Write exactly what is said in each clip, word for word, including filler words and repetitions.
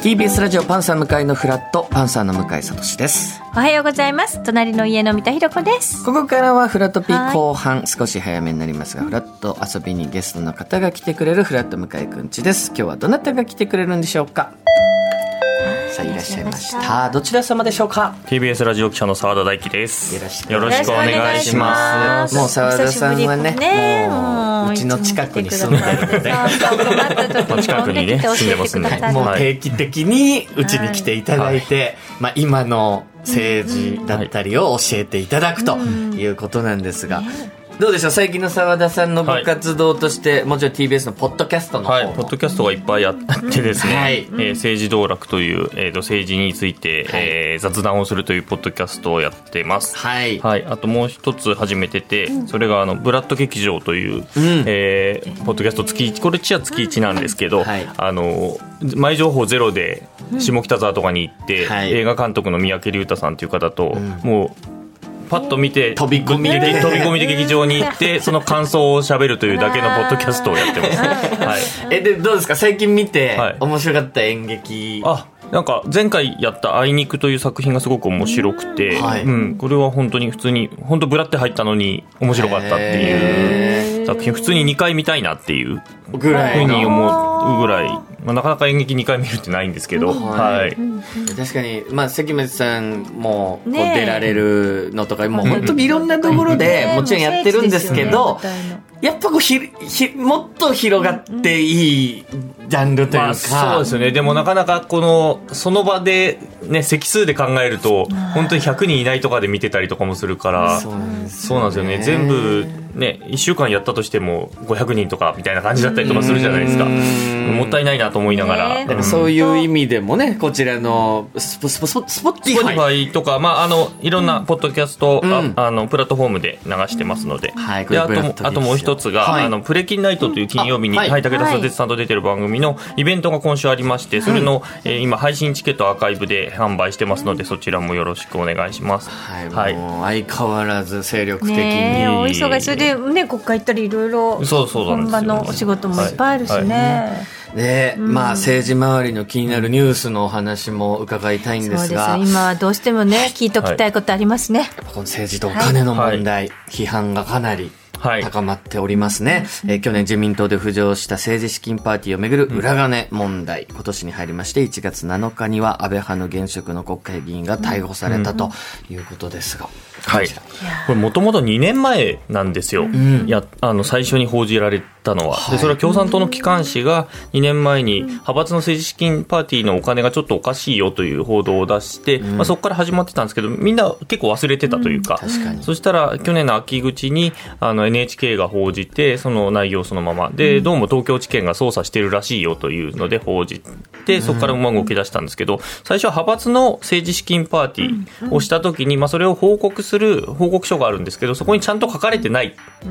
ティービーエス ラジオパンサー向井のフラット、パンサーの向井聡です。 おはようございます。隣の家の三田寛子です。 ここからはフラットピー後半、少し早めになりますが、フラット遊びにゲストの方が来てくれるフラット向井くんちです。今日はどなたが来てくれるんでしょうか。さあいらっしゃいました。どちら様でしょうか。 ティービーエス ラジオ記者の澤田大樹です。 よろしくよろしくお願いします。 もう澤田さんは ね, ねもううちの近くに住んでるので近くにね住んでますね、 はい、もう定期的にうちに来ていただいて、はいまあ、今の政治だったりを教えていただくということなんですが、どうでしょう、最近の澤田さんのご活動として、はい、もちろん ティービーエス のポッドキャストの方も、 はい、ポッドキャストがいっぱいあってですね、はいえー、政治道楽という、えー、と政治について、はいえー、雑談をするというポッドキャストをやってます、はいはい、あともう一つ始めてて、うん、それがあのブラッド劇場という、うんえー、ポッドキャスト月いち、これちは月いちなんですけど、はい、あの前情報ゼロで下北沢とかに行って、うんはい、映画監督の三宅龍太さんという方と、うん、もうパッと見て飛び込みで飛び込みで劇場に行ってその感想を喋るというだけのポッドキャストをやってます、はい、 えでどうですか、最近見て、はい、面白かった演劇。 あなんか前回やったあいにくという作品がすごく面白くて、はいうん、これは本当に普通に本当ブラって入ったのに面白かったっていう作品、普通ににかい見たいなっていうぐらいふうに思うぐらい、まあ、なかなか演劇にかい見るってないんですけど、はいはい、 確かに、まあ、関町さんもこう出られるのとか、もう本当にいろんなところでもちろんやってるんですけど、やっぱこうひひもっと広がっていいジャンルというか、まあ、 そうですよね。でもなかなかこのその場で、ね、席数で考えると本当にひゃくにんいないとかで見てたりとかもするから、そうなんですよね。そうなんですよね。全部ね、いっしゅうかんやったとしてもごひゃくにんとかみたいな感じだったりとかするじゃないですか。もったいないなと思いながら、 でもそういう意味でもね、こちらのスポ、スポ、スポ、スポティファイとか、まあ、あのいろんなポッドキャスト、うん、ああのプラットフォームで流してますので、うんはい、であともあともう一つが、はい、あのプレキンナイトという金曜日に、はいはい、武田砂鉄さんと出てる番組のイベントが今週ありまして、それの、えー、今配信チケットアーカイブで販売してますので、そちらもよろしくお願いします。 はい、はい、もう相変わらず精力的に、 ね、お忙しい。それでね、国会行ったりいろいろ本場のお仕事もいっぱいあるしね、はいはいでうんまあ、政治周りの気になるニュースのお話も伺いたいんですが、 そうです、今はどうしてもね聞いときたいことありますね、はい、 この政治とお金の問題、はい、批判がかなり高まっておりますね、はいえー、去年自民党で浮上した政治資金パーティーをめぐる裏金問題、うん、今年に入りましていちがつなのかには安倍派の現職の国会議員が逮捕されたということですが、うんはい、これもともとにねんまえなんですよ、うん、やあの最初に報じられたのは、はい、でそれは共産党の機関紙がにねんまえに派閥の政治資金パーティーのお金がちょっとおかしいよという報道を出して、うんまあ、そこから始まってたんですけど、みんな結構忘れてたというか、うん、確かにそしたら去年の秋口にあの エヌエイチケー が報じて、その内容そのままで、どうも東京地検が捜査してるらしいよというので報じて、そこからうまく動き出したんですけど、最初は派閥の政治資金パーティーをしたときに、まあ、それを報告する報告書があるんですけど、そこにちゃんと書かれてない、うん、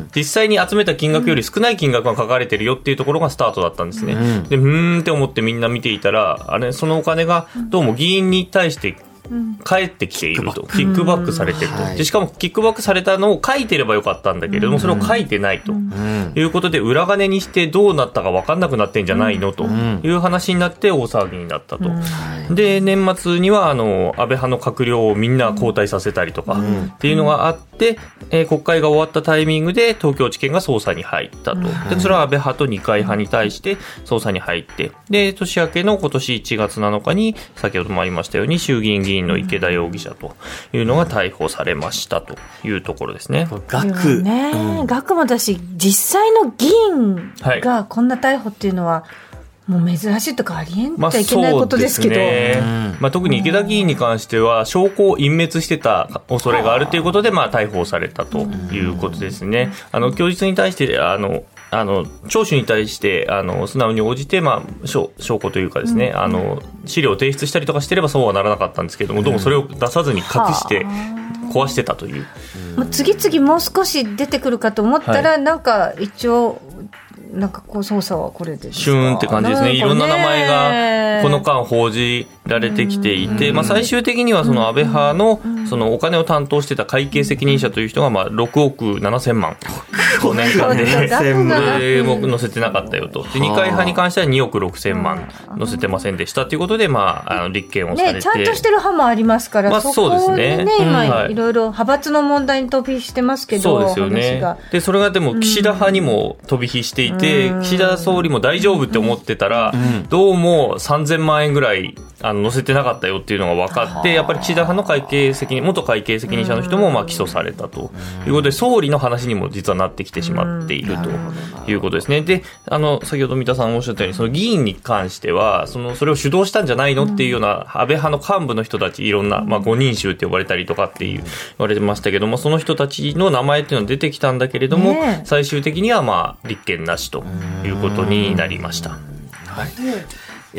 実際に集めた金額より少ない金額が書かれてるよっていうところがスタートだったんですね、うん、でうーんって思ってみんな見ていたら、あれそのお金がどうも議員に対して返ってきていると、キックバックされてると、でしかもキックバックされたのを書いてればよかったんだけれども、それを書いてないということで、裏金にしてどうなったか分かんなくなってんじゃないのという話になって大騒ぎになったと。で年末にはあの安倍派の閣僚をみんな交代させたりとかっていうのがあって、えー、国会が終わったタイミングで東京地検が捜査に入ったと。でそれは安倍派と二階派に対して捜査に入って、で年明けの今年いちがつなのかに先ほどもありましたように衆議院議員の池田容疑者というのが逮捕されましたというところですね。 額、 ねうん、額もだし、実際の議員がこんな逮捕っていうのは、もう珍しいとかありえんちゃいけないことですけど、まあそうですね、 まあ、特に池田議員に関しては証拠を隠滅してた恐れがあるということで、まあ、逮捕されたということですね。あの供述に対してあのあの聴取に対してあの素直に応じて、まあ、証, 証拠というかですね、うん、あの資料を提出したりとかしてればそうはならなかったんですけれども、どうもそれを出さずに隠して壊してたという、 うん、次々もう少し出てくるかと思ったら、はい、なんか一応なんかこう捜査はこれでシューンって感じですね。いろんな名前がこの間報じられてきていて、まあ、最終的にはその安倍派のそのお金を担当してた会計責任者という人がまあろくおくななせんまんごねんかんでも載せてなかったよと。で二階派に関してはにおくろくせんまん載せてませんでしたということで、まあ、あの立件をされて、 ね、ちゃんとしてる派もありますから、まあ、 そうですね、 そこでね、今いろいろ派閥の問題に飛び火してますけど、 そうですよね。でそれがでも岸田派にも飛び火していて、岸田総理も大丈夫って思ってたら、どうもさんぜんまんえんぐらいあの載せてなかったよっていうのが分かって、やっぱり岸田派の会計責任元会計責任者の人もまあ起訴されたということで、総理の話にも実はなってきてしまっているということですね。で、あの先ほど三田さんおっしゃったように、その議員に関してはそのそれを主導したんじゃないのっていうような安倍派の幹部の人たち、いろんな、まあ、ごにん衆って呼ばれたりとかっていう言われてましたけども、その人たちの名前っていうのは出てきたんだけれども、ね、最終的にはまあ立件なしということになりました。はい、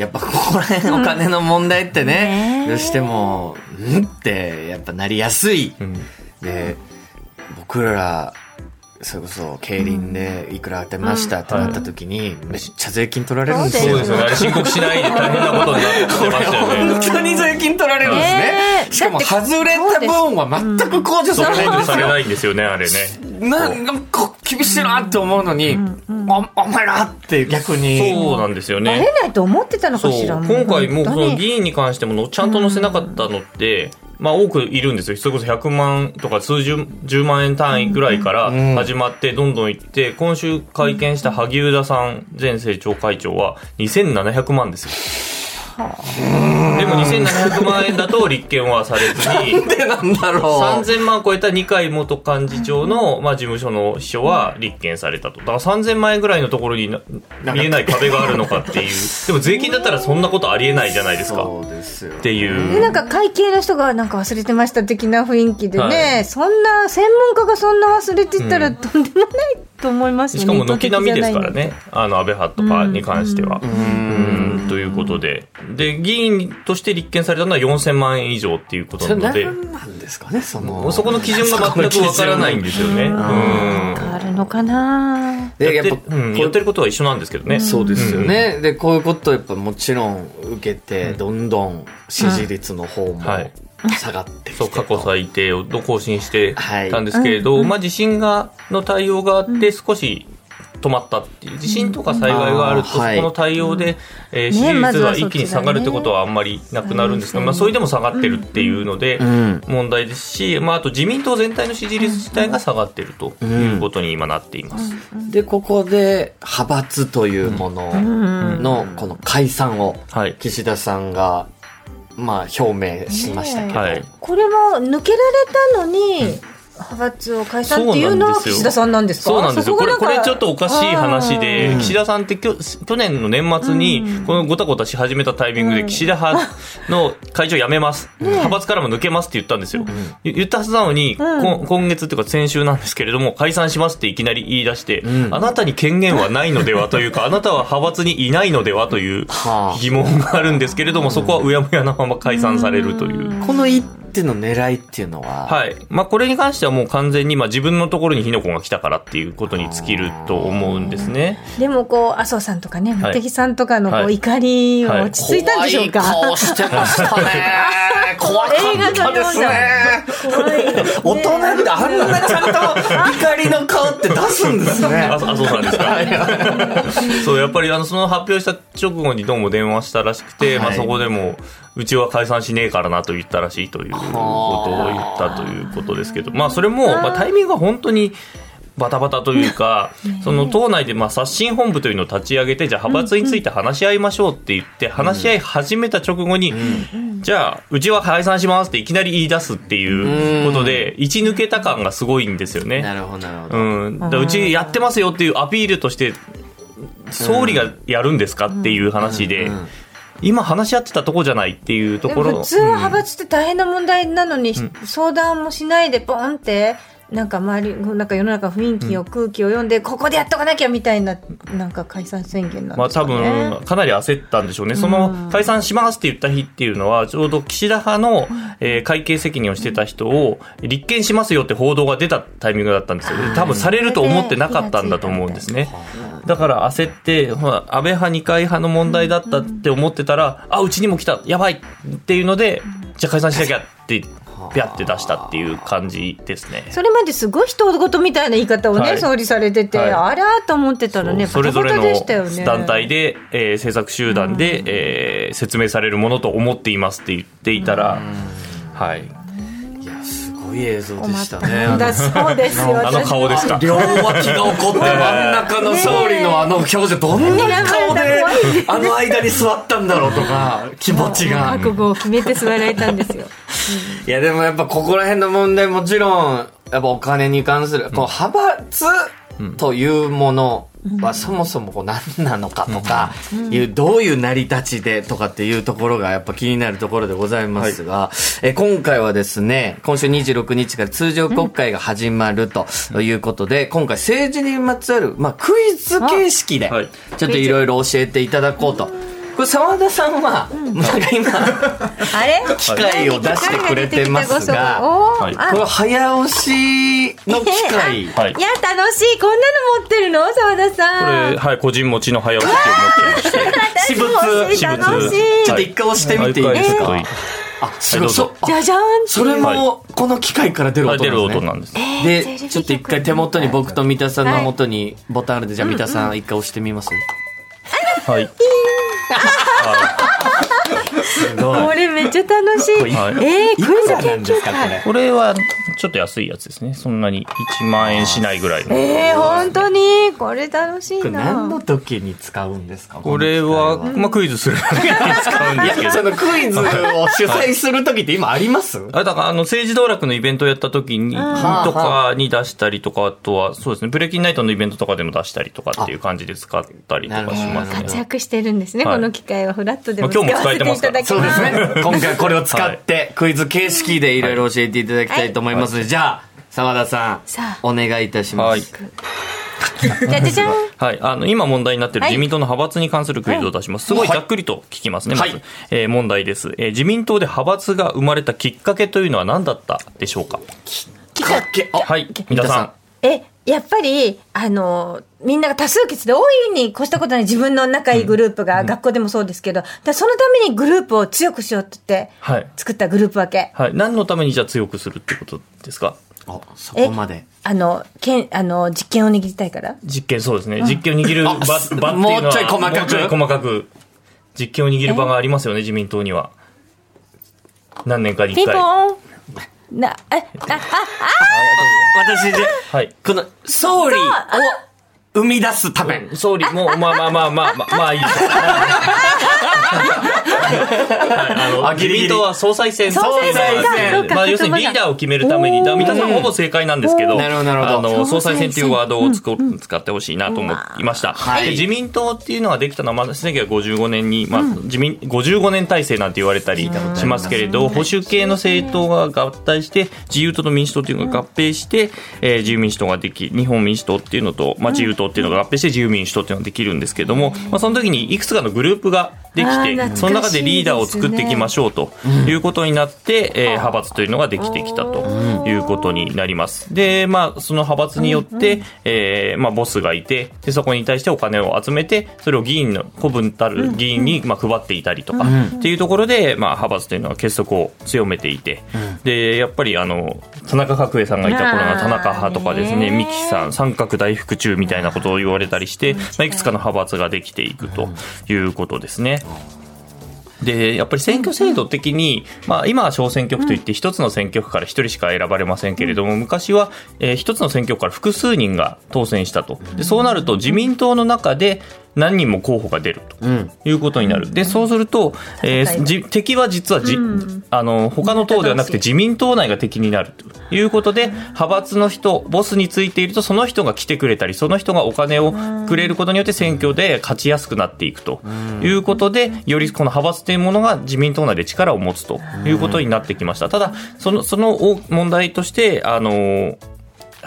やっぱここら辺お金の問題ってね、どうしてもんってやっぱなりやすい、うん、で僕らそれこそ競輪でいくら当てましたってなった時にめっちゃ税金取られるんですよ。 そうですよね。あれ申告しないで大変なことになってましたよね。 本当に税金取られるんですね、えー、しかも外れた分は全く控除されないんですよ。 されないんですよね、あれね。 なんか厳しいなって思うのに、うんうん、あ、お前らって逆に。 そうなんですよね。 バレないと思ってたのかしら。 今回もうその議員に関してもちゃんと載せなかったのって、うん、まあ多くいるんですよ。それこそひゃくまんとか数十、じゅうまんえん単位ぐらいから始まってどんどんいって、今週会見した萩生田さん前政調会長はにせんななひゃくまんですよ。でもにせんななひゃくまんえんだと立件はされずになんでなんだろう、 さんぜんまん超えた二階元幹事長の、まあ、事務所の秘書は立件されたと。だからさんぜんまんえんぐらいのところに見えない壁があるのかっていう。でも税金だったらそんなことありえないじゃないですか。 そうですよっていうで、なんか会計の人がなんか忘れてました的な雰囲気でね、はい、そんな専門家がそんな忘れてたらとんでもないと思いますよね。 しかも軒並みですからね、あの安倍派とかに関しては。うんうんということで、で議員として立件されたのはよんせんまんえん以上っていうことなので、 何なんですかね、そのそこの基準が全くわからないんですよね。 うん変わるのかな。 でやっぱ、うん、やってることは一緒なんですけどね。 そうですよね、うん、でこういうことをやっぱもちろん受けて、どんどん支持率の方も、はい下がってきてそう過去最低を更新してたんですけれど、はいまあ、地震がの対応があって少し止まったっていう地震とか災害があると、そこの対応で、えー、支持率が一気に下がるってことはあんまりなくなるんですけど、まあ、それでも下がってるっていうので問題ですし、まあ、あと自民党全体の支持率自体が下がってるということに今なっています。 でここで派閥というもののこの解散を岸田さんがまあ表明しましたけど、 はい、これも抜けられたのに、うん派閥を解散っていうのは岸田さんなんですか。 そうなんですよ。これこれちょっとおかしい話で、岸田さんってきょ去年の年末にこのごたごたし始めたタイミングで岸田派の会長辞めます、うん、派閥からも抜けますって言ったんですよ、うん、言ったはずなのに、うん、今月というか先週なんですけれども解散しますっていきなり言い出して、うん、あなたに権限はないのではというかあなたは派閥にいないのではという疑問があるんですけれども、そこはうやむやなまま解散されるという、 この一手の狙いっていうのは、 はいまあ、これに関してはもう完全にまあ自分のところに火の粉が来たからっていうことに尽きると思うんですね。 でもこう麻生さんとかね茂木さんとかのこう怒りは落ち着いたんでしょうか。 はいはい、怖い顔してましたね怖かったですね。大人ってあんなちゃんと怒りの顔って出すんですね。 麻生さんですかそうやっぱりあのその発表した直後にどうも電話したらしくて、はいまあ、そこでもうちは解散しねえからなと言ったらしいということを言ったということですけど、まあそれもまあタイミングが本当にバタバタというか、その党内でまあ刷新本部というのを立ち上げて、じゃあ派閥について話し合いましょうって言って話し合い始めた直後に、じゃあうちは解散しますっていきなり言い出すっていうことで位置抜けた感がすごいんですよね。 なるほどなるほど。 うん、だからうちやってますよっていうアピールとして総理がやるんですかっていう話で、今話し合ってたとこじゃないっていうところ。 普通は派閥って大変な問題なのに、うん、相談もしないでポンってなんか周りなんか世の中雰囲気を、うん、空気を読んでここでやっとかなきゃみたいななんか解散宣言なんですかね。 まあ多分かなり焦ったんでしょうね。その解散しますって言った日っていうのはちょうど岸田派の、えー、会計責任をしてた人を立件しますよって報道が出たタイミングだったんですよ。多分されると思ってなかったんだと思うんですね。だから焦ってほら安倍派二階派の問題だったって思ってたら、あうちにも来たやばいっていうのでじゃあ解散しなきゃってピャって出したっていう感じですね。 それまですごい人事みたいな言い方をね、はい、総理されてて、はい、あらーと思ってたらね、 それぞれの団体で、えー、政策集団で、えー、説明されるものと思っていますって言っていたら、はい。 いやすごい映像でしたね。 だそうですよ。 あの顔ですか。 両脇が怒って真ん中の総理のあの表情どんな顔であの間に座ったんだろうとか気持ちが覚悟を決めて座られたんですよ。 いやでもやっぱここら辺の問題もちろんやっぱお金に関する、うん、こう派閥というものはそもそもこう何なのかとかいう、どういう成り立ちでとかっていうところがやっぱ気になるところでございますが、はい、え今回はですね今週にじゅうろくにちから通常国会が始まるということで、今回政治にまつわる、まあ、クイズ形式でちょっといろいろ教えていただこうと。これ澤田さんは、うん、なんか今あれ機械を出してくれてますが、はい、これ早押しの機械、 はい、いや楽しい。こんなの持ってるの澤田さん。これ、はい、個人持ちの早押し機を持ってまして私も私物ちょっと一回押してみていいですか。あ、すごい。 じゃじゃん。 それもこの機械から出る音なんですね。 出る音なんです。 で、ちょっと一回手元に僕と三田さんの元にボタンあるんで、じゃあ三田さん一回押してみます。 はい。 すごい。これめっちゃ楽しい。はい、えー、クイズ研究会。 これはちょっと安いやつですね。そんなにいちまんえんしないぐらいの。 えー、本当にこれ楽しいな。これ何の時に使うんですか。 これは、まあ、クイズする時に使うんですけど。 そのクイズを主催する時って今あります？ あ、だからあの政治道楽のイベントをやった時にとかに出したりとか、あとはそうですねブレイキンナイトのイベントとかでも出したりとかっていう感じで使ったりとかしますね。 活躍してるんですね、はい、この機会はフラットでも使わせていただきます。 そうですね。今回これを使ってクイズ形式でいろいろ教えていただきたいと思います。はい、じゃあ澤田さんお願いいたします。 はい、じゃじゃじゃん。 はい、あの今問題になっている自民党の派閥に関するクイズを出します。すごいざっくりと聞きますね。はい、まず、えー、問題です、えー。自民党で派閥が生まれたきっかけというのは何だったでしょうか。 きっかけ。 はい、皆さん。 え。やっぱり、あの、みんなが多数決で大いに越したことない自分の仲いいグループが、うん、学校でもそうですけど、だそのためにグループを強くしようって言って、はい、作ったグループ分け。 はい。何のためにじゃあ強くするってことですか。 あ、そこまで。 あの、けん、あの、実権を握りたいから実権、そうですね。実権を握る場、場っていうのは、 もうちょい細かく。 もうちょい細かく、実権を握る場がありますよね、自民党には。何年かに一回。 ピンポーンな、え、あ、あ、あ、 私で、はい、この総理を生み出すため。 総理も、まあまあまあまあまあ、まあいいです。はい、あの自民党は総裁選、総裁選、まあ、要するにリーダーを決めるために、三田さんほぼ正解なんですけど、 なるほどなるほど、 あの総裁選というワードをつ使ってほしいなと思いました。はい、で自民党っていうのはできたのは、まあ、せんきゅうひゃくごじゅうごねんに、まあ、自民ごじゅうごねん体制なんて言われたりしますけれど、保守系の政党が合体して自由党と民主党っていうのが合併して、えー、自由民主党ができ、日本民主党っていうのと、まあ、自由党っていうのが合併して自由民主党っていうのができるんですけども、まあ、その時にいくつかのグループができて、その中でリーダーを作っていきましょうということになって、えー、派閥というのができてきたということになります。で、まあ、その派閥によって、えーまあ、ボスがいて、でそこに対してお金を集めて、それを議員の古文たる議員にまあ配っていたりとかっていうところで、まあ、派閥というのは結束を強めていて、でやっぱりあの田中角栄さんがいた頃の田中派とかですね、三木さん三角大福中みたいなことを言われたりして、まあ、いくつかの派閥ができていくということですね。でやっぱり選挙制度的に、まあ、今は小選挙区といって一つの選挙区から一人しか選ばれませんけれども、昔はえ一つの選挙区から複数人が当選したと。でそうなると自民党の中で何人も候補が出るということになる。でそうすると、えー、じ敵は実はじ、うん、あの他の党ではなくて自民党内が敵になるということで、派閥の人ボスについているとその人が来てくれたり、その人がお金をくれることによって選挙で勝ちやすくなっていくということで、よりこの派閥というものが自民党内で力を持つということになってきました。ただそのその問題としてあの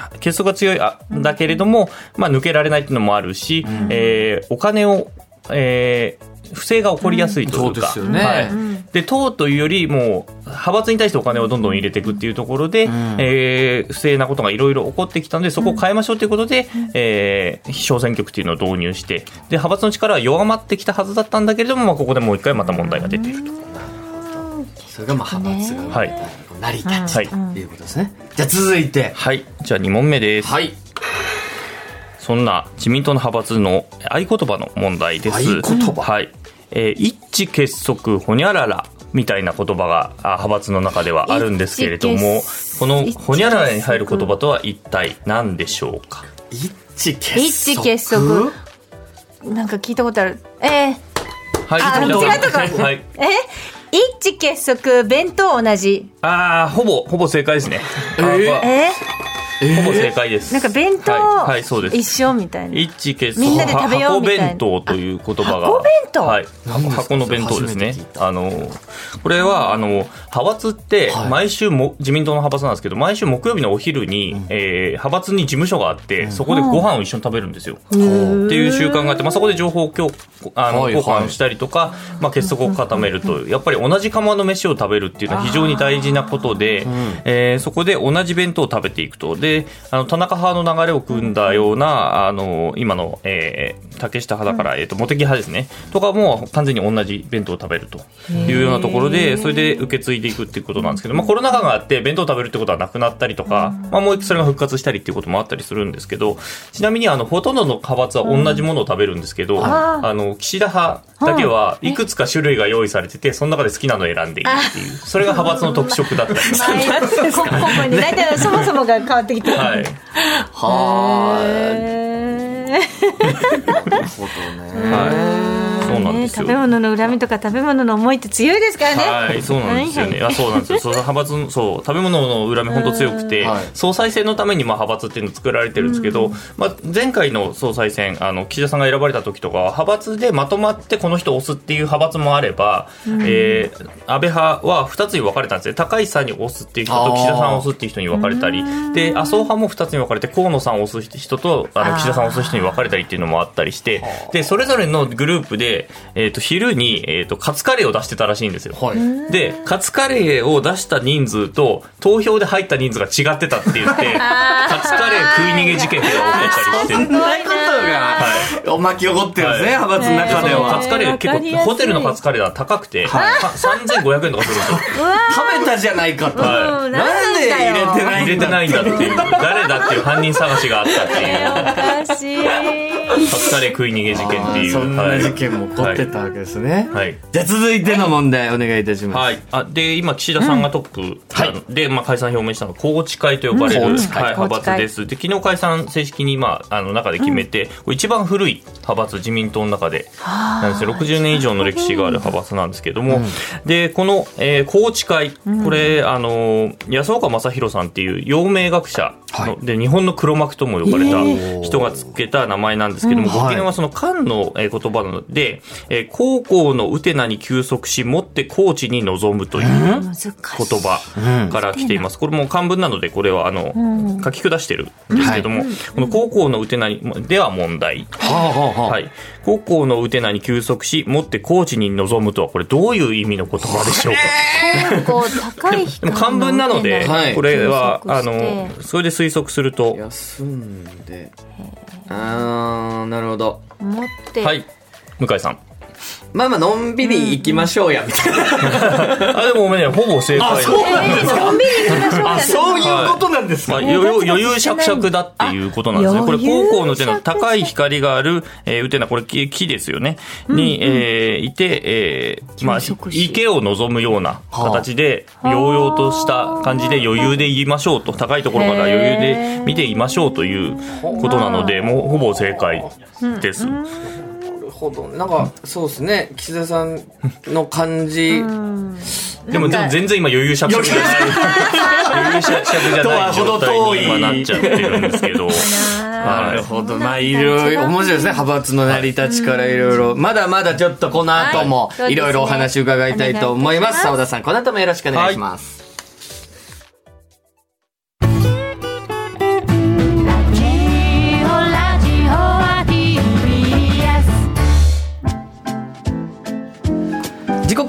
結束が強いんだけれども、まあ、抜けられないっていうのもあるし、うん、えー、お金を、えー不正が起こりやすいというか、うん、そうですよね、はい、で党というよりも派閥に対してお金をどんどん入れていくっていうところで、うん、えー、不正なことがいろいろ起こってきたのでそこを変えましょうということで、うん、えー、小選挙区っていうのを導入してで派閥の力は弱まってきたはずだったんだけれども、まあ、ここでもう一回また問題が出ていると、うん、 それがまあ派閥が成り立つ、はい、ということですね。じゃあ続いて、 はい、じゃあに問目です。はい、そんな自民党の派閥の合言葉の問題です。 合言葉、 はい、えー、一致結束ほにゃららみたいな言葉が派閥の中ではあるんですけれども、このほにゃららに入る言葉とは一体何でしょうか。 一致結束、 一致結束、なんか聞いたことある。えー、はい、あ、違うとか、はい、え一致結束弁当同じ。 ああ、ほぼほぼ正解ですね。 えー、えー、 ほぼ正解です。 なんか弁当、はいはい、そうです。一緒みたいな。 一致結束、みんなで食べようみたいな。箱弁当という言葉が。 箱弁当、 はい、箱の弁当ですね。あのこれはあの派閥って毎週も自民党の派閥なんですけど、毎週木曜日のお昼に、うん、えー、派閥に事務所があって、うん、そこでご飯を一緒に食べるんですよ。うん、っていう習慣があって、まあ、そこで情報をあの交換したりとか、まあ、結束を固めると、やっぱり同じ釜の飯を食べるっていうのは非常に大事なことで、えー、そこで同じ弁当を食べていくと。であの田中派の流れを組んだようなあの今の、えー、竹下派だから、えー、と茂木派ですねとかも完全に同じ弁当を食べるというようなところで、それで受け継いでいくっていうことなんですけど、まあ、コロナ禍があって弁当を食べるってことはなくなったりとか、まあ、もう一回それが復活したりっていうこともあったりするんですけど、ちなみにあのほとんどの派閥は同じものを食べるんですけど、あの岸田派だけはいくつか種類が用意されてて、その中で好きなのを選んでいるっていう、それが派閥の特色だったりする。 大体そもそもが変わってきて、はい、はーなるほどね。はい、そうなんですよ。 食べ物の恨みとか食べ物の思いって強いですからね。 はい、そうなんですよね。はいはい、あ、そうなんですよ。その派閥のそう食べ物の恨み本当強くて、はい、総裁選のためにまあ派閥っていうの作られてるんですけど、まあ、前回の総裁選あの岸田さんが選ばれた時とかは派閥でまとまってこの人を推すっていう派閥もあれば、えー、安倍派はふたつに分かれたんですね。高市さんに推すっていう人と岸田さんを推すっていう人に分かれたりで、麻生派もふたつに分かれて河野さんを推す人とあの岸田さんを推す人に分かれたりっていうのもあったりして、でそれぞれのグループで、えー、と昼に、えー、とカツカレーを出してたらしいんですよ。はい、でカツカレーを出した人数と投票で入った人数が違ってたって言ってカツカレー食い逃げ事件っていうのが起こったりして、 そんなことが巻き起こってるんですね、はい、派閥の中では。 カツカレー結構ホテルのカツカレーは高くて、はい、さんぜんごひゃくえんとかするんですよ。 食べたじゃないかと、はい、なんで入れてない入れてないんだっていう誰だっていう犯人探しがあったっていうおかしいカツカレー食い逃げ事件っていう、 そんな事件も起こってたわけですね。はい、じゃあ続いての問題お願いいたします。 はい、あで今岸田さんがトップ、うんはい、で、まあ、解散表明したのが宏池会と呼ばれる、うんはい、派閥です。で昨日解散正式に、まあ、あの中で決めて、うん、一番古い派閥自民党の中でなんですよ。ろくじゅうねん以上の歴史がある派閥なんですけども、うん、でこの、えー、宏池会これ、うん、あの安岡正弘さんっていう陽明学者の、はい、で日本の黒幕とも呼ばれた人がつけた名前なんですけども、語源はその漢の言葉なので、えー、高校のウテナに休息しもって高知に臨むという言葉から来ています。これも漢文なのでこれはあの、うん、書き下してるんですけども、はい、この高校のウテナにでは問題、はい、高校のウテナに休息しもって高知に臨むとはこれどういう意味の言葉でしょうか。 高校高いでも漢文なので、はい、これはあのそれで推測すると休んで、あーなるほど。 持ってはい向井さん。 まあまあのんびり行きましょうやみたいな、 うん、あでもねほぼ正解。あそうなんですか、えー、のんびり行きましょうやあそういうことなんですか、 はいまあ、余裕しゃくしゃくだっていうことなんですね。これ高校のうてな高い光がある、えー、うてなこれ木ですよね、うん、に、えー、いて、えーまあ、池を望むような形で揚々とした感じで余裕で言いましょうと、高いところから余裕で見ていましょうということなのでもうほぼ正解です、うんうんなんかそうですね、岸田さんの感じでも全然今余裕しゃくしゃくじゃない余裕しゃくしゃくじゃない状態に今なっちゃってるんですけどなるほど、まあいろいろ面白いですね、派閥の成り立ちからいろいろまだまだちょっとこの後もいろいろお話伺いたいと思います。澤田さんこの後もよろしくお願いします。 は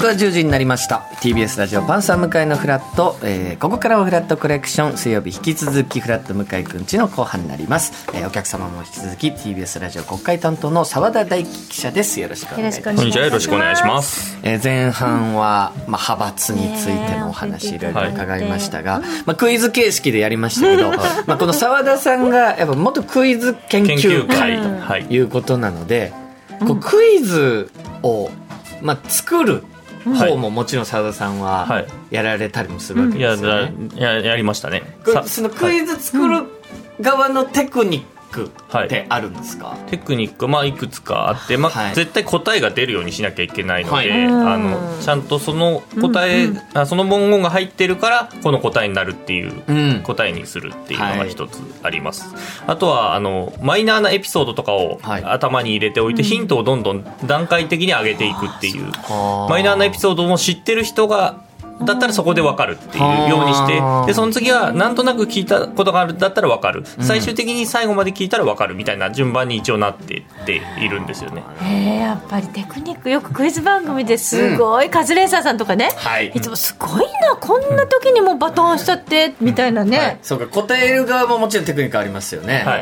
刻はじゅうじになりました。 ティービーエス ラジオパンサー向井のフラット、えー、ここからはフラットコレクション、水曜日引き続きフラット向井くんちの後半になります。えー、お客様も引き続き ティービーエス ラジオ国会担当の澤田大樹記者です。よろしくお願いします。 こんにちは、よろしくお願いします。 えー、前半は、まあ、派閥についてのお話いろいろ伺いましたが、まあ、クイズ形式でやりましたけどまあこの澤田さんがやっぱ元クイズ研究会ということなので、こうクイズを、まあ、作る方ももちろん澤田さんはやられたりもするわけですよね。 いや、や、やりましたね。 そのクイズ作る側のテクニックってあるんですか？はい、 テクニック、まあ、いくつかあって、まあ、はい、絶対答えが出るようにしなきゃいけないので、はい、あのちゃんとその答え、うんうん、あその文言が入ってるからこの答えになるっていう答えにするっていうのが一つあります。はい、あとはあのマイナーなエピソードとかを頭に入れておいて、はい、ヒントをどんどん段階的に上げていくっていう、うん、マイナーなエピソードも知ってる人がだったらそこで分かるっていうようにして、でその次はなんとなく聞いたことがあるだったら分かる、最終的に最後まで聞いたら分かるみたいな順番に一応なってっているんですよね。 へえ、やっぱりテクニック、よくクイズ番組ですごい、うん、カズレーサーさんとかね、はい、いつもすごいな、こんな時にもバトンしちゃってみたいなね、はい、 そうか、答える側ももちろんテクニックありますよね。はい、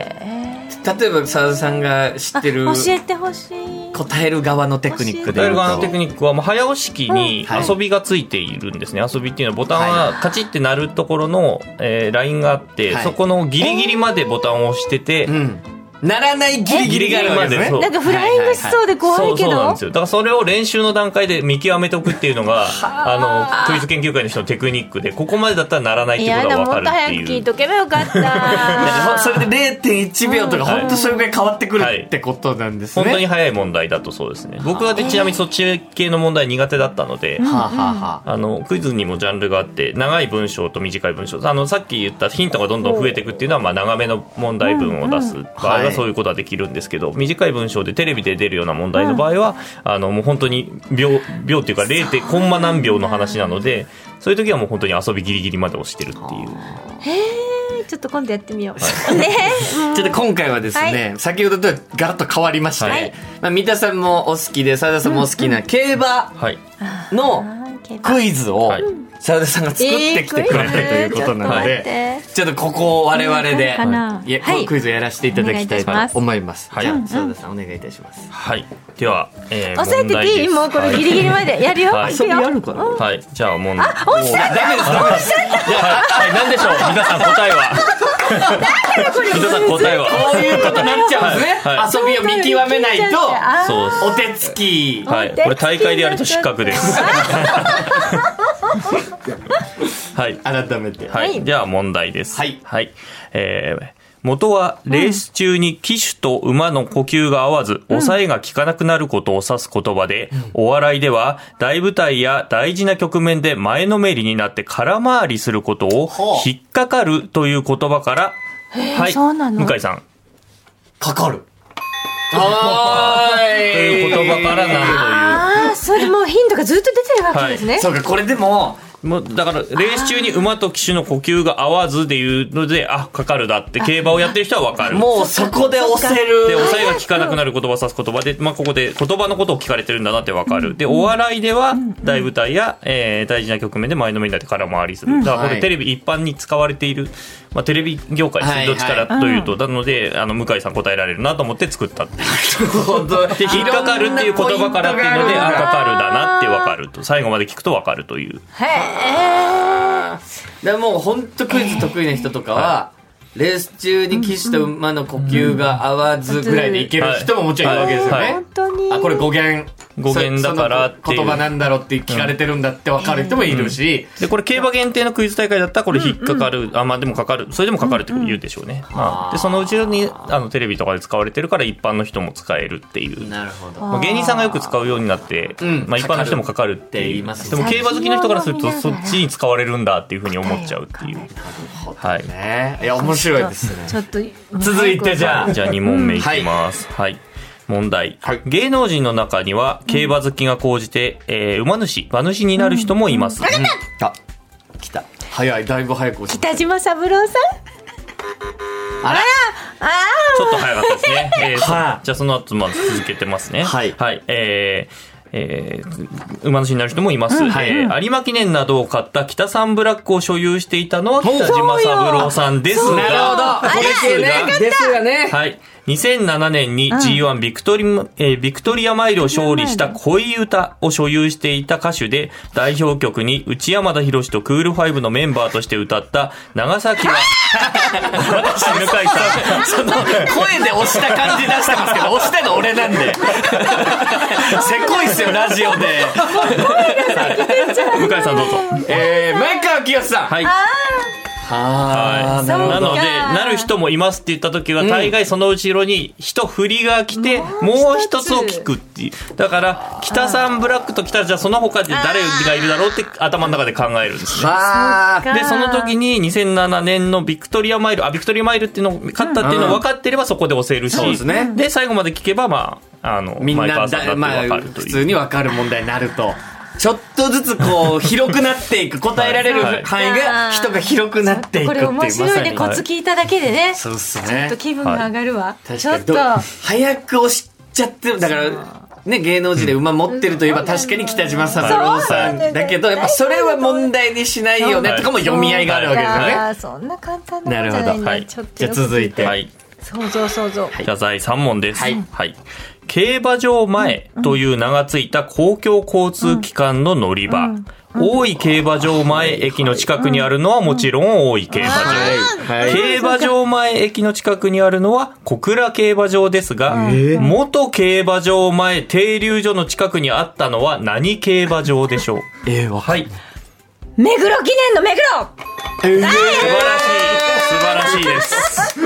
例えば澤田さんが知ってる、 教えてほしい答える側のテクニックで、 答える側のテクニックはもう早押し機に遊びがついているんですね。遊びっていうのはボタンはカチッて鳴るところの、えー、ラインがあって、はい、そこのギリギリまでボタンを押してて、 うん、ならないギリギリがあるわけですね。 なんかフライングしそうで怖いけど、 そうそうなんですよ。だからそれを練習の段階で見極めておくっていうのがあのクイズ研究会の人のテクニックで、ここまでだったらならないっていうことが分かるっていう。いや、もっと早く聞いとけばよかったそれで れいてんいちびょうとか、うん、本当それぐらい変わってくるってことなんですね。 本当に早い問題だとそうですね。僕はでちなみにそっち系の問題苦手だったので、あのクイズにもジャンルがあって、長い文章と短い文章、あのさっき言ったヒントがどんどん増えていくっていうのは、まあ長めの問題文を出す場合はそういうことはできるんですけど、短い文章でテレビで出るような問題の場合は、あのもう本当に秒秒っていうか れい. コンマ何秒の話なので、そういう時はもう本当に遊びギリギリまで押してるっていう。 へー、ちょっと今度やってみようね。 ちょっと今回はですね、はい、先ほどとはガラッと変わりまして、はい、まあ、三田さんもお好きで澤田さんもお好きな競馬のクイズを澤田さんが作ってきてくれるということなので、ちょっとここを我々で、いや、クイズをやらせていただきたいと思います。じゃあ澤田さんお願いいたします。 はい、では、えー、 押さえてていい？もうこれギリギリまでやるよ。 遊びあるから。 はい、じゃあ問題。 あ、おっしゃった。 ダメです、ダメです。 はい、なんでしょう、皆さん答えは。皆さん答えは。 こういうことになっちゃうんですね。遊びを見極めないと、お手つき。 はい、これ大会でやると失格です。はい、 改めて。 はい、では問題です。 はい。 はい。えー、元はレース中に騎手と馬の呼吸が合わず、抑えが効かなくなることを指す言葉で、うん、お笑いでは大舞台や大事な局面で前のめりになって空回りすることを引っかかるという言葉から、 はい、そうなの？ 向井さん。 かかる。 はーい。という言葉からなんという。 ああ、それもうヒントがずっと出てるわけですね。はい、 そうか、これでも、 もうだからレース中に馬と騎手の呼吸が合わずでいうので、あ、かかるだって競馬をやってる人は分かる。 もうそこで押せる。 で、抑えが効かなくなる言葉を指す言葉で、まあ、ここで言葉のことを聞かれてるんだなって分かる。で、お笑いでは大舞台や、えー、大事な局面で前のめりになって空回りする。だからこれテレビ一般に使われている、まあ、テレビ業界ですね、どっちからというと、なのであの向井さん答えられるなと思って作ったっていう。で、引っかかるっていう言葉からっていうので、あ、かかるだなって分かると、最後まで聞くと分かるという。 へー。 でもう本当クイズ得意な人とかは、えー、レース中に騎手と馬の呼吸が合わずぐらいでいける人ももちろんいるわけですよね。はいはい、 本当に。 あ、これ語源。 語源だからっていう言葉なんだろうって聞かれてるんだって分かる人もいるし、 うん、でこれ競馬限定のクイズ大会だったらこれ引っかかる、うんうん、あ、まあでもかかる、それでもかかるって言うでしょうね、うんうん、まあ、でその後ろにあのテレビとかで使われてるから一般の人も使えるっていう。 なるほど。 まあ、芸人さんがよく使うようになって、うん、まあ、一般の人もかかるって言います。でも競馬好きの人からするとそっちに使われるんだっていうふうに思っちゃうっていう。 はい、ね、いや面白いですね。 ちょっと続いてじゃあじゃあに問目いきます、うん、はい、はい、問題、はい、芸能人の中には競馬好きが高じて、えー、馬主馬主になる人もいます、うんうん、 あ、来た、早い、だいぶ早く。 北島三郎さん。 あら、 あちょっと早かったですね、えー、はあ、じゃあその後まず続けてますね。はい、はい、えーえー、馬主になる人もいます、うんはいえー、有馬記念などを買った北サンブラックを所有していたのは北島三郎さんですが、 なるほど、これ系ねですよね。 はい、にせんななねんに ジーワン ビクトリ、うんえー、ビクトリアマイルを勝利した恋歌を所有していた歌手で、代表曲に内山田博とクールファイブのメンバーとして歌った長崎は私向井さんその声で押した感じ出してますけど、押したの俺なんでせこいっすよラジオで向井さんどうぞ。 えー、前川清さん。 はい。 はい。なので、なる人もいますって言った時は、大概その後ろに一振りが来て、うん、もう一つを聞くっていう。だから、北サンブラックと来たら、じゃあその他で誰がいるだろうって頭の中で考えるんですね。で、その時ににせんななねんのビクトリアマイル、あ、ビクトリアマイルっていうのを勝ったっていうのを分かってればそこで押せるし、そうですね。で、最後まで聞けば、まあ、あの、 みんなだ、まあ、普通に分かる問題になると。ちょっとずつこう広くなっていく、答えられる範囲が人が広くなっていくっていう、 これ面白いね、コツ聞いただけでね。 そうっすね。 ちょっと気分が上がるわ。 ちょっと早く押しちゃってる。だからね、芸能人で馬持ってるといえば確かに北島三郎さんだけど、やっぱそれは問題にしないよねとかも読み合いがあるわけですよね。 ああ、そんな簡単なことじゃないんだ。ちょっとじゃあ続いて、 はい、 想像想像。 じゃあだいさん問です。はい。はい。競馬場前という名がついた公共交通機関の乗り場。うんうん大井競馬場前駅の近くにあるのはもちろん大井競馬場、はいはい、競馬場前駅の近くにあるのは小倉競馬場ですが、えー、元競馬場前停留所の近くにあったのは何競馬場でしょう。 えー、 はい、 目黒記念の目黒、 えー、素晴らしい素晴らしいです。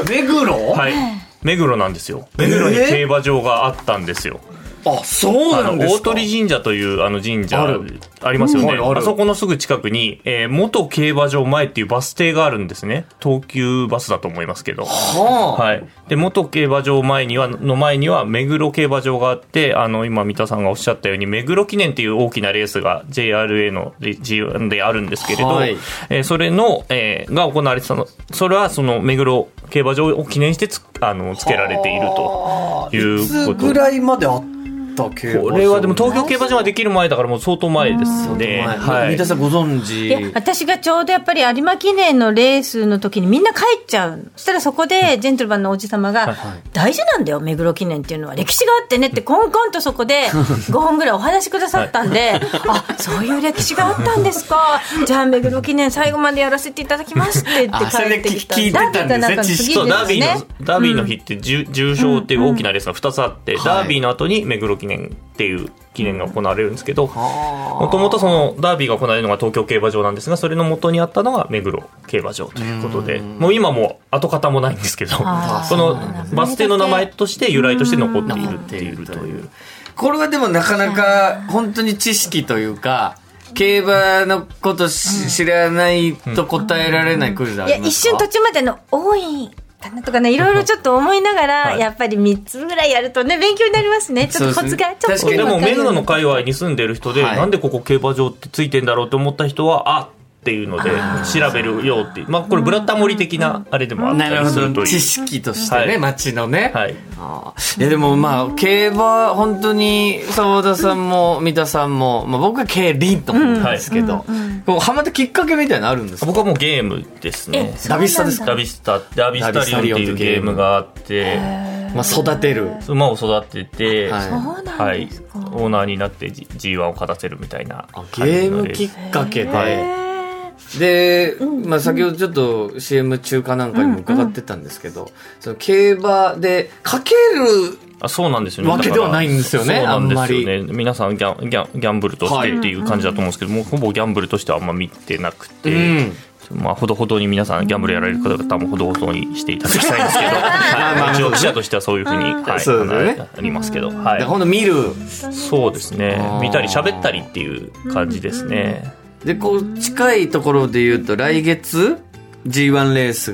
目黒、 はい、目黒なんですよ。目黒に競馬場があったんですよ。 あ、そうなんですか。 大鳥神社というあの神社 あ, ありますよね、うん、あ, あそこのすぐ近くに、えー、元競馬場前っていうバス停があるんですね。東急バスだと思いますけど、はあはい、で元競馬場前にはの前には目黒競馬場があって、あの今三田さんがおっしゃったように目黒記念っていう大きなレースが ジェイアールエー の ジーワン であるんですけれど、はいえー、それの、えー、が行われてたの、それはその目黒競馬場を記念してつあのつけられているということ。 いつぐらいまであったこれはでも東京競馬場ができる前だからもう相当前ですね。 はい、三田さんご存知。 いや私がちょうどやっぱり有馬記念のレースの時にみんな帰っちゃう。そしたらそこでジェントルマンのおじ様が、はいはい、大事なんだよ目黒記念っていうのは歴史があってねってコンコンとそこでごほんぐらいお話しくださったんで、はい、あそういう歴史があったんですかじゃあ目黒記念最後までやらせていただきますって言って帰ってきた。 聞いてたんですね。知識そうダービーのダービーの日って重賞っていう大きなレースがふたつあって、うんうん、ダービーの後に目黒記念っていう記念が行われるんですけど、もともとそのダービーが行われるのが東京競馬場なんですが、それの元にあったのが目黒競馬場ということで、もう今も跡形もないんですけど、このバス停の名前として由来として残っているっていうという。 これはでもなかなか本当に知識というか競馬のこと知らないと答えられないクイズありますか？ いや一瞬途中までの多いとかね、いろいろちょっと思いながら、はい、やっぱりみっつぐらいやるとね勉強になりますね。ちょっとコツがちょっとでも目黒の界隈に住んでる人で、はい、なんでここ競馬場ってついてんだろうと思った人はあっていうので調べるよっていう、まあこれブラタモリ的なあれでもあったりするという知識としてね、はい、町のね、 はい、 あいやでもまあ競馬本当に澤田さんも三田さんも、まあ、僕は競輪と思うんですけど、うんうんうん、こうハマったきっかけみたいなのあるんですか？ 僕はもうゲームですね。 ダビスタですか？ ダビスタダビスタリオンっていうゲームがあって、 まあ、育てる馬を育てて、 はいはい、 オーナーになって ジーワン を勝たせるみたいなゲームきっかけで、はいで、まあ、先ほどちょっと シーエム 中かなんかにも伺ってたんですけど、うんうん、その競馬でかけるあそうなんですよね。 わけではないんですよね。 そうなんですよね。皆さんギャン、ギャン、ギャンブルとしてっていう感じだと思うんですけど、はい、もうほぼギャンブルとしてはあんま見てなくて、うんまあ、ほどほどに皆さんギャンブルやられる方々もほどほどにしていただきたいんですけど、はい、一応記者としてはそういうふうに、はいそうですね、ありますけど、はい、 ほんと見るそうですね見たり喋ったりっていう感じですね。 でこう近いところで言うと来月 ジーワン レースが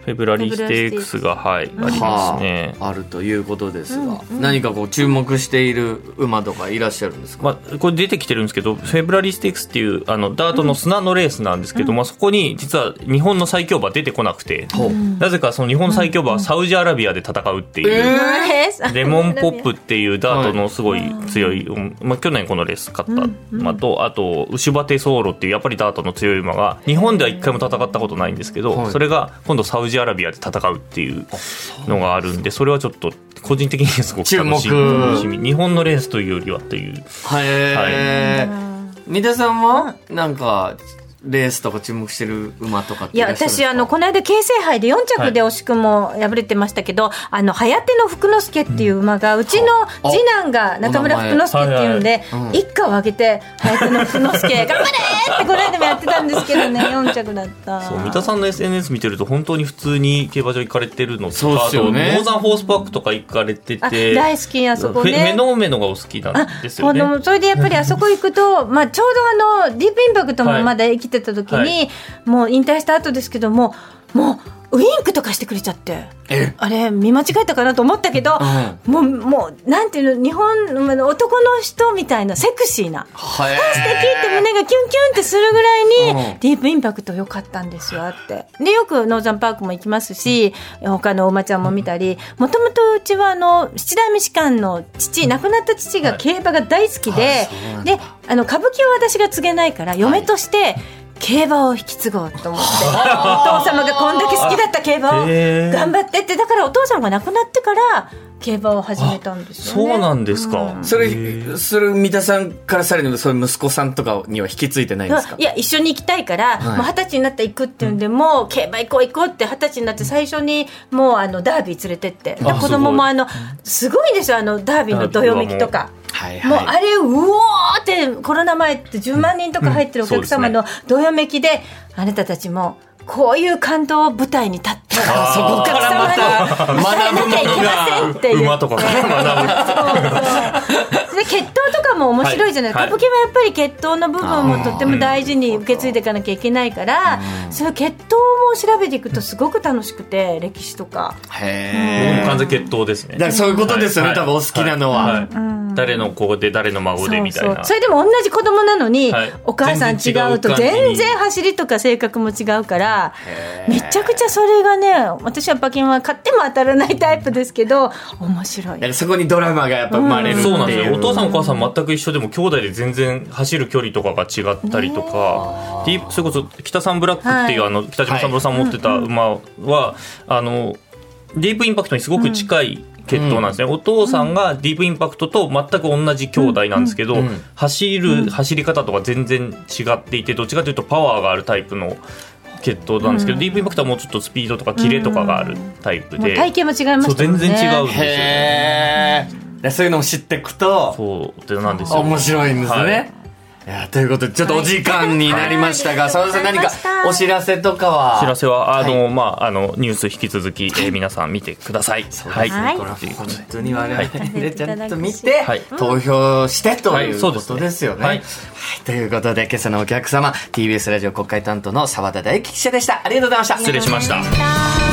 フェブラリーステークスが、はい、うん、ありますね、 はあ、あるということですが、うんうん、何かこう注目している馬とかいらっしゃるんですか？ まあ、これ出てきてるんですけど、フェブラリーステークスっていうあのダートの砂のレースなんですけど、うん、まあ、そこに実は日本の最強馬出てこなくて、うん、なぜかその日本最強馬はサウジアラビアで戦うっていう、えー、レモンポップっていうダートのすごい強い、はい、まあ、去年このレース勝った馬と、あとウシュバテソーロっていうやっぱりダートの強い馬が日本では一回も戦ったことないんですけど、はい、それが今度サウジアラビアで戦うっていうのがあるんで、それはちょっと個人的にすごく楽しみ、楽しみ、日本のレースというよりはという。 はい、三田さんはなんかレースとか注目してる馬とかっていらっしゃるんですか？ いや、私あのこの間京成杯でよん着で惜しくも敗れてましたけど、はい、あの早手の福之助っていう馬が、うん、うちの次男が中村福之助っていうんで、一家を挙げて早手の福之助頑張れってこの間もやってたんですけどね、よん着だった。 そう、三田さんの エスエヌエス 見てると本当に普通に競馬場行かれてるのとか、 そうですよね、 あとノーザンホースパークとか行かれてて、 大好き、あそこね、 メノメノがお好きなんですよね。 あ、それでやっぱりあそこ行くとまあちょうどあのディープインパクトもまだ生きてた時に、はいはい、もう引退した後ですけども、もうウインクとかしてくれちゃって、あれ見間違えたかなと思ったけど、うん、もうもうなんていうの、日本男の人みたいなセクシーな、素敵って胸がキュンキュンってするぐらいに、うん、ディープインパクト良かったんですよ。あってでよくノーザンパークも行きますし、他のお馬ちゃんも見たり、もともとうちはあの七代目士官の父、亡くなった父が競馬が大好きで、はい、であの歌舞伎を私が継げないから嫁として、はい、競馬を引き継ごうと思ってお父様がこんだけ好きだった競馬を頑張ってって、だからお父様が亡くなってから競馬を始めたんですよね。 そうなんですか、 うん、それそれ三田さんからされるの、そういう息子さんとかには引き継いでないんですか？ いや、一緒に行きたいから、はい、もう二十歳になったら行くっていうんで、もう競馬行こう行こうって二十歳になって最初にもうあのダービー連れてって、で子供もあのすごいんですよ、あのダービーのどよめきとか、はいはい、もうあれうおーってコロナ前ってじゅうまんにんとか入ってるお客様のどよめきで、あなたたちもこういう感動を舞台に立ってそこからまた学ぶものが馬とかから学ぶで血統とかも面白いじゃない、はい、歌舞伎はやっぱり血統の部分をとっても大事に受け継いでいかなきゃいけないから、その血統を調べていくとすごく楽しくて、歴史とか。 へー、完全血統ですね。 だからそういうことですよね、はい、多分お好きなのは、はいはい、 うん、 誰の子で誰の孫でみたいな。 そうそう、それでも同じ子供なのに、はい、お母さん違うと全然走りとか性格も違うから、めちゃくちゃそれがね、私は馬券は買っても当たらないタイプですけど面白い。 そこにドラマがやっぱ生まれるっていう、 うん、そうなんですよ。お父さんお母さん全く一緒でも兄弟で全然走る距離とかが違ったりとか、ディープ、それこそ北三ブラックっていう、はい、あの北島三郎さん持ってた馬は、はい、あのディープインパクトにすごく近い、うん、血統なんですね、うん、お父さんがディープインパクトと全く同じ兄弟なんですけど、うんうん、走る、うん、走り方とか全然違っていて、どっちかというとパワーがあるタイプの血統なんですけど、うん、ディープインパクトはもうちょっとスピードとかキレとかがあるタイプで、うん、 体型も違いましたもんね。 そう、全然違うんですよ。 へー、そういうのを知っていくとそうってなんですよ、 面白いんですね、はい。いや、ということでちょっとお時間になりましたが、はい、佐田さん何かお知らせとかは？ お知らせはあの、はい、まあ、あのニュース引き続き、はい、えー、皆さん見てください。 はい、はい、これは本当に我々でちゃんと見て、はい、投票してということですよね。はい、はい、ということで今朝のお客様 ティービーエス ラジオ国会担当の澤田大樹記者でした。ありがとうございました。 失礼しました。